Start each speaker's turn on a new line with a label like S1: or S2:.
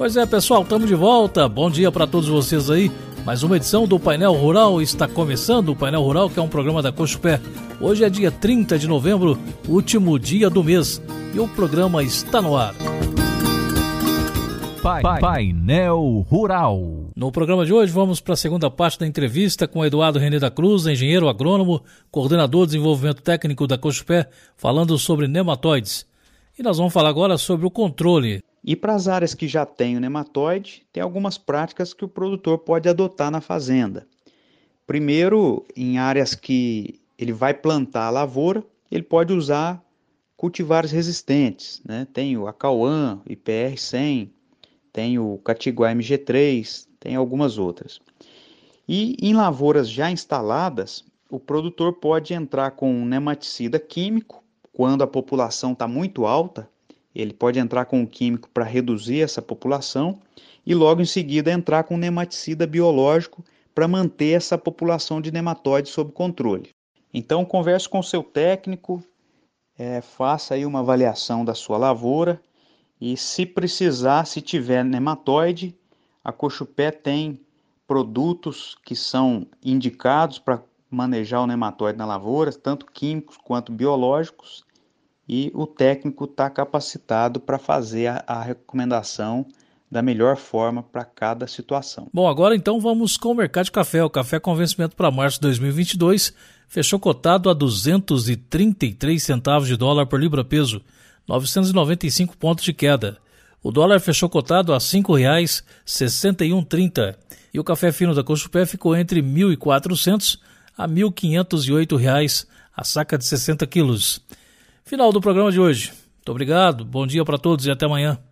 S1: Pois é, pessoal, estamos de volta. Bom dia para todos vocês aí. Mais uma edição do Painel Rural está começando. O Painel Rural, que é um programa da Cochupé. Hoje é dia 30 de novembro, último dia do mês, e o programa está no ar.
S2: Painel Rural.
S1: No programa de hoje vamos para a segunda parte da entrevista com Eduardo René da Cruz, engenheiro agrônomo, coordenador de desenvolvimento técnico da Cochupé, falando sobre nematóides. E nós vamos falar agora sobre o controle.
S3: E para as áreas que já têm o nematóide, tem algumas práticas que o produtor pode adotar na fazenda. Primeiro, em áreas que ele vai plantar a lavoura, ele pode usar cultivares resistentes, né? Tem o Acauã, IPR-100, tem o Catiguá MG3, tem algumas outras. E em lavouras já instaladas, o produtor pode entrar com um nematicida químico, quando a população está muito alta, ele pode entrar com um químico para reduzir essa população e logo em seguida entrar com um nematicida biológico para manter essa população de nematóides sob controle. Então converse com o seu técnico, faça aí uma avaliação da sua lavoura e se precisar, se tiver nematóide, a Cochupé tem produtos que são indicados para manejar o nematóide na lavoura, tanto químicos quanto biológicos, e o técnico está capacitado para fazer a recomendação da melhor forma para cada situação.
S1: Bom, agora então vamos com o mercado de café. O café com vencimento para março de 2022 fechou cotado a 233 centavos de dólar por libra-peso, 995 pontos de queda. O dólar fechou cotado a R$ 5,6130 e o café fino da Cochupé ficou entre R$ 1.400 a R$ 1.508 a saca de 60 quilos. Final do programa de hoje. Muito obrigado, bom dia para todos e até amanhã.